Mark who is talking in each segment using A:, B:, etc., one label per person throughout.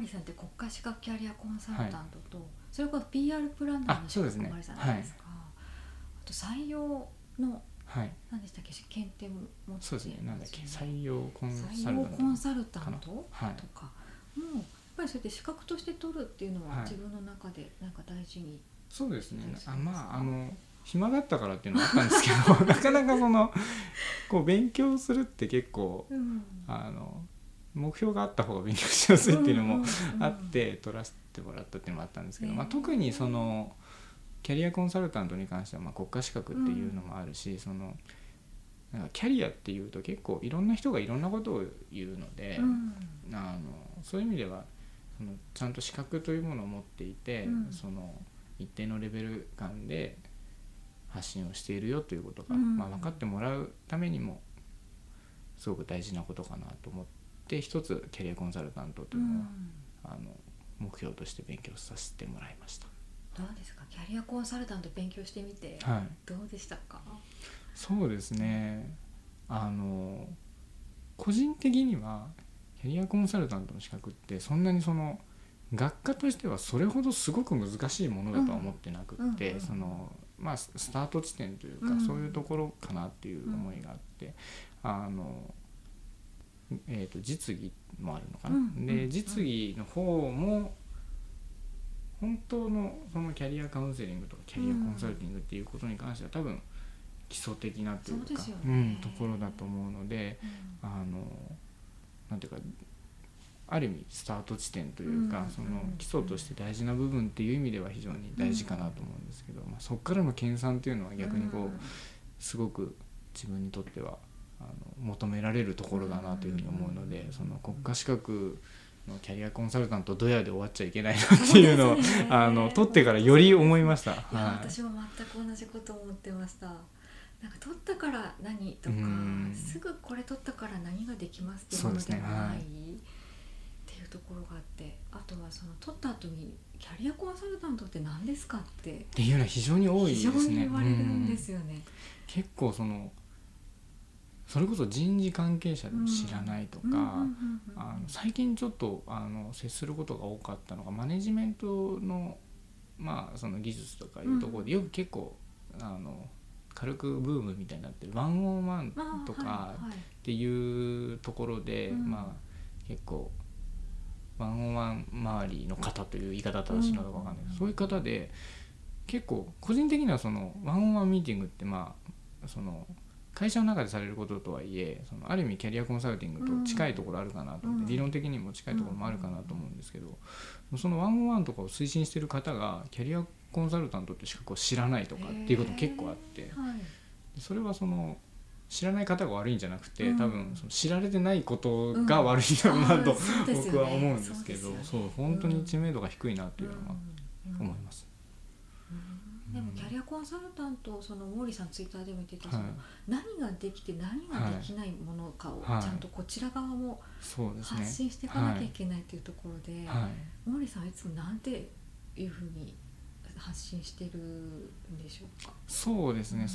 A: さんって国家資格キャリアコンサルタントと、それこそ PR プランナーの資格もあるじゃないですか。あと採用の何でしたっけ、検定も持って、
B: そうですね、なんだっけ、採用コンサルタントとか、もうやっぱりそうやって資格として取るっていうのは自分の中でなんか大事に、 そうですね。暇だったからっていうのはあったんですけどなかなかそのこう勉強するって結構、目標があった方が勉強しやすいっていうのもあって取らせてもらったっていうのもあったんですけど、特にそのキャリアコンサルタントに関しては国家資格っていうのもあるし、そのなんかキャリアっていうと結構いろんな人がいろんなことを言うので、そういう意味ではそのちゃんと資格というものを持っていて、その一定のレベル感で発信をしているよということが、分かってもらうためにもすごく大事なことかなと思って一つキャリアコンサルタントというのは、目標として勉強させてもらいました。
A: どうですか、キャリアコンサルタント勉強してみて、どうでしたか？
B: そうですね、個人的にはキャリアコンサルタントの資格ってそんなにその学科としてはそれほどすごく難しいものだとは思ってなくって、そのスタート地点というか、そういうところかなっていう思いがあって、実技もあるのかな、で実技の方も本当のそのキャリアカウンセリングとかキャリアコンサルティングっていうことに関しては多分基礎的なというか、ところだと思うので、なんていうかある意味スタート地点というか、その基礎として大事な部分っていう意味では非常に大事かなと思うんですけど、そこからの研鑽っていうのは逆にこうすごく自分にとっては求められるところだなというふうに思うので、その国家資格のキャリアコンサルタントドヤで終わっちゃいけないなっていうのを、取ってからより思いました。
A: 私も全く同じことを思ってました。なんか取ったから何とか、すぐこれ取ったから何ができますっていうものでもない、っていうところがあって、あとはその取った後にキャリアコンサルタントって何ですかって
B: いうのは非常に多いですね。
A: 非常に言われるんですよね。
B: 結構それこそ人事関係者でも知らないとか、最近ちょっと接することが多かったのがマネジメントのその技術とかいうところで、よく結構軽くブームみたいになってる101とかっていうところで、結構101周りの方という言い方正しいのか分かんないけど、そういう方で結構個人的にはその101ミーティングってその会社の中でされることとはいえ、そのある意味キャリアコンサルティングと近いところあるかなと思って、理論的にも近いところもあるかなと思うんですけど、その101とかを推進している方がキャリアコンサルタントって資格を知らないとかっていうことも結構あって、それはその知らない方が悪いんじゃなくて、多分その知られてないことが悪いだろうなと僕は思うんですけど、本当に知名度が低いなというのは思います。
A: でもキャリアコンサルタント、その毛利さんツイッターでも言ってた、何ができて何ができないものかをちゃんとこちら側も発信していかなきゃいけないというところで、毛利さんはいつもなんていうふうに発信してるんでしょうか？
B: そうですね、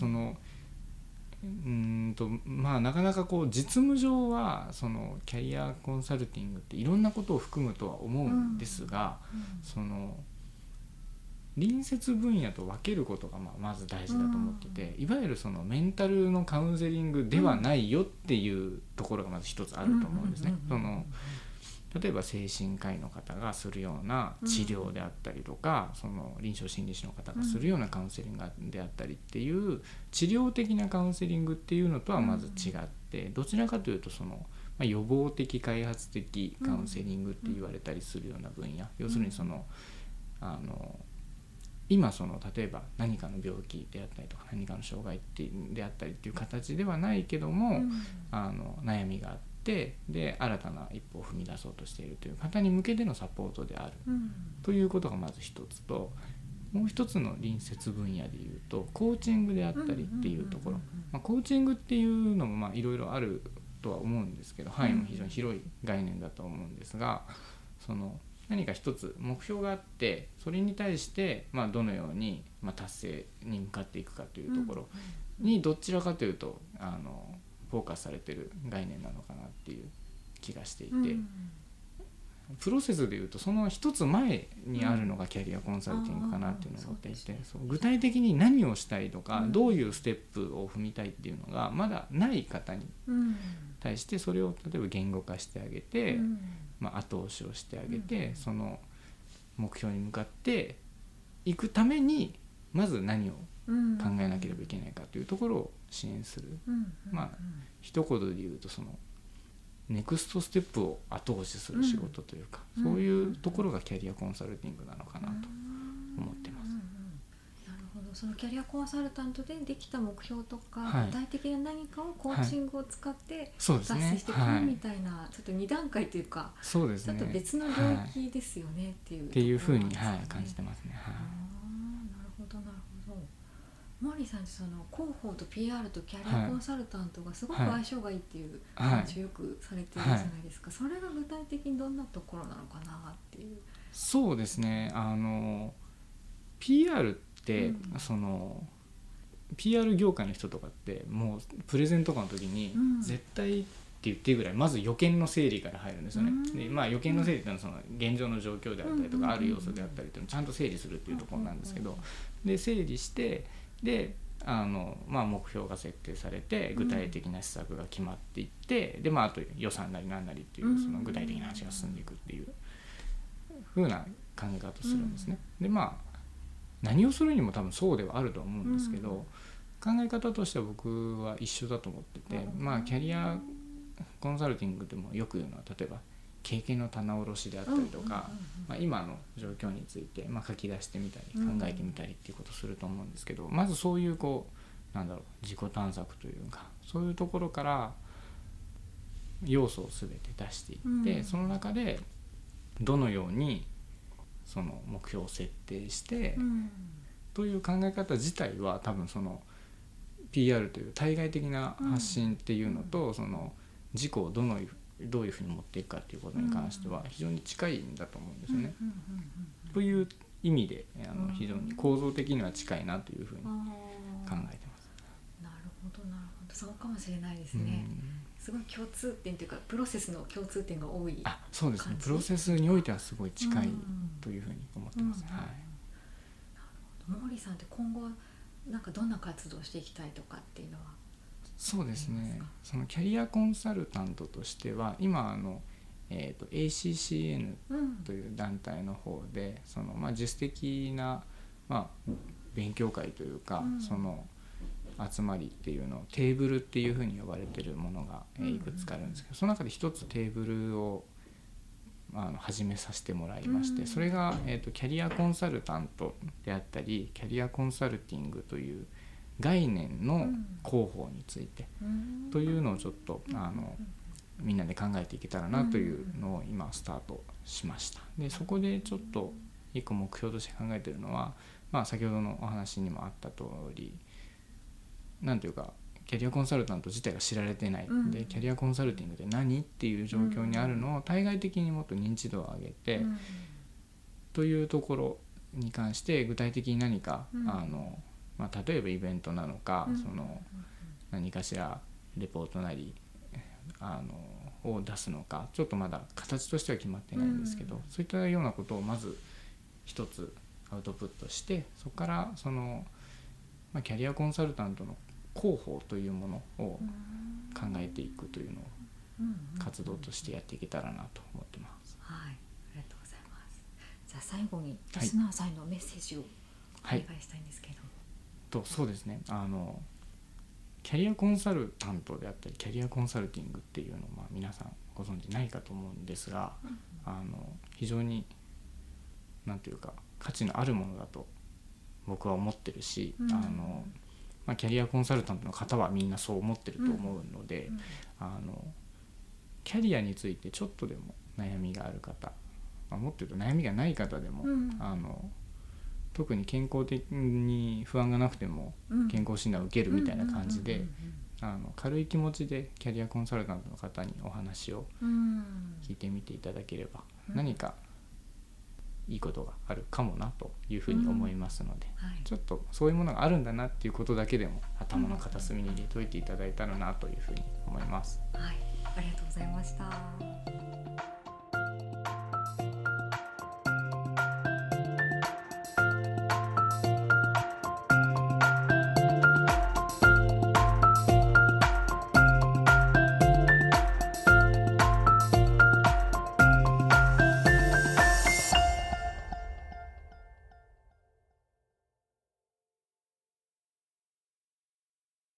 B: なかなかこう実務上はそのキャリアコンサルティングっていろんなことを含むとは思うんですが、その隣接分野と分けることがまず大事だと思ってて、いわゆるそのメンタルのカウンセリングではないよっていうところがまず一つあると思うんですね。例えば精神科医の方がするような治療であったりとか、その臨床心理士の方がするようなカウンセリングであったりっていう治療的なカウンセリングっていうのとはまず違って、どちらかというとその予防的開発的カウンセリングって言われたりするような分野、要するにその今その例えば何かの病気であったりとか何かの障害であったりっていう形ではないけども、悩みがあってで新たな一歩を踏み出そうとしているという方に向けてのサポートである、ということがまず一つと、もう一つの隣接分野でいうとコーチングであったりっていうところ、コーチングっていうのもいろいろあるとは思うんですけど、範囲も非常に広い概念だと思うんですが、その何か一つ目標があってそれに対してどのように達成に向かっていくかというところにどちらかというとフォーカスされている概念なのかなっていう気がしていて、 プロセスでいうとその一つ前にあるのがキャリアコンサルティングかなっていうのを思っていて、そう具体的に何をしたいとか、どういうステップを踏みたいっていうのがまだない方に対してそれを例えば言語化してあげて、後押しをしてあげて、その目標に向かっていくためにまず何を考えなければいけないかというところを支援する、一言で言うとそのネクストステップを後押しする仕事というか、そういうところがキャリアコンサルティングなのかなと思ってます。
A: なるほど。そのキャリアコンサルタントでできた目標とか、具体的な何かをコーチングを使って達成していくみたいな、ちょっと2段階というか、
B: そうですね、
A: ちょっと別の領域ですよねっていう、
B: っていうふうに感じてますね。
A: なるほどなるほど。モーリーさんってその広報と PR とキャリアコンサルタントがすごく相性がいいっていう話をよくされてるじゃないですか、それが具体的にどんなところなのかなっていう。
B: そうですね、PR って、その PR 業界の人とかってもうプレゼンとかの時に絶対って言ってるぐらいまず予見の整理から入るんですよね。で、予見の整理っていうのはその現状の状況であったりとか、ある要素であったりというのをちゃんと整理するっていうところなんですけど、で整理してで目標が設定されて具体的な施策が決まっていって、であと予算なり何なりっていうその具体的な話が進んでいくっていう風な考え方をするんですね。で何をするにも多分そうではあると思うんですけど、考え方としては僕は一緒だと思ってて、キャリアコンサルティングでもよく言うのは例えば経験の棚卸しであったりとか、今の状況について書き出してみたり考えてみたりっていうことをすると思うんですけど、まずそういう自己探索というかそういうところから要素を全て出していって、その中でどのようにその目標を設定してという考え方自体は多分その PR という対外的な発信っていうのと、その自己をどういうふうに持っていくかということに関しては非常に近いんだと思うんですよね。という意味で非常に構造的には近いなというふうに考えてます。
A: なるほどなるほど、そうかもしれないですね。すごい共通点というかプロセスの共通点が多い。
B: そうですね、プロセスにおいてはすごい近いというふうに思ってます。
A: モーリーさんって今後どんな活動をしていきたいとかっていうのは。
B: そうですね、そのキャリアコンサルタントとしては今ACCN という団体の方でその実質的な勉強会というか、その集まりっていうのをテーブルっていうふうに呼ばれてるものがいくつかあるんですけど、その中で一つテーブルを始めさせてもらいまして、それがキャリアコンサルタントであったりキャリアコンサルティングという概念の広報についてというのをちょっとみんなで考えていけたらなというのを今スタートしました。でそこでちょっと一個目標として考えているのは、先ほどのお話にもあった通りなんというかキャリアコンサルタント自体が知られてないので、キャリアコンサルティングって何っていう状況にあるのを対外的にもっと認知度を上げて、というところに関して具体的に何か例えばイベントなのか、その何かしらレポートなりを出すのかちょっとまだ形としては決まってないんですけど、そういったようなことをまず一つアウトプットして、そこからその、キャリアコンサルタントの広報というものを考えていくというのを活動としてやっていけたらなと思ってます。
A: はい、ありがとうございます。じゃあ最後にリスナーさんへのメッセージをお願いしたいんですけど。
B: そうですね、キャリアコンサルタントであったりキャリアコンサルティングっていうのを皆さんご存知ないかと思うんですが、非常になんていうか価値のあるものだと僕は思ってるし、キャリアコンサルタントの方はみんなそう思ってると思うので、キャリアについてちょっとでも悩みがある方、もっと言うと悩みがない方でも、特に健康的に不安がなくても健康診断を受けるみたいな感じで軽い気持ちでキャリアコンサルタントの方にお話を聞いてみていただければ何かいいことがあるかもなというふうに思いますので、ちょっとそういうものがあるんだなっていうことだけでも頭の片隅に入れといていただいたらなというふうに思います。
A: はい、ありがとうございました。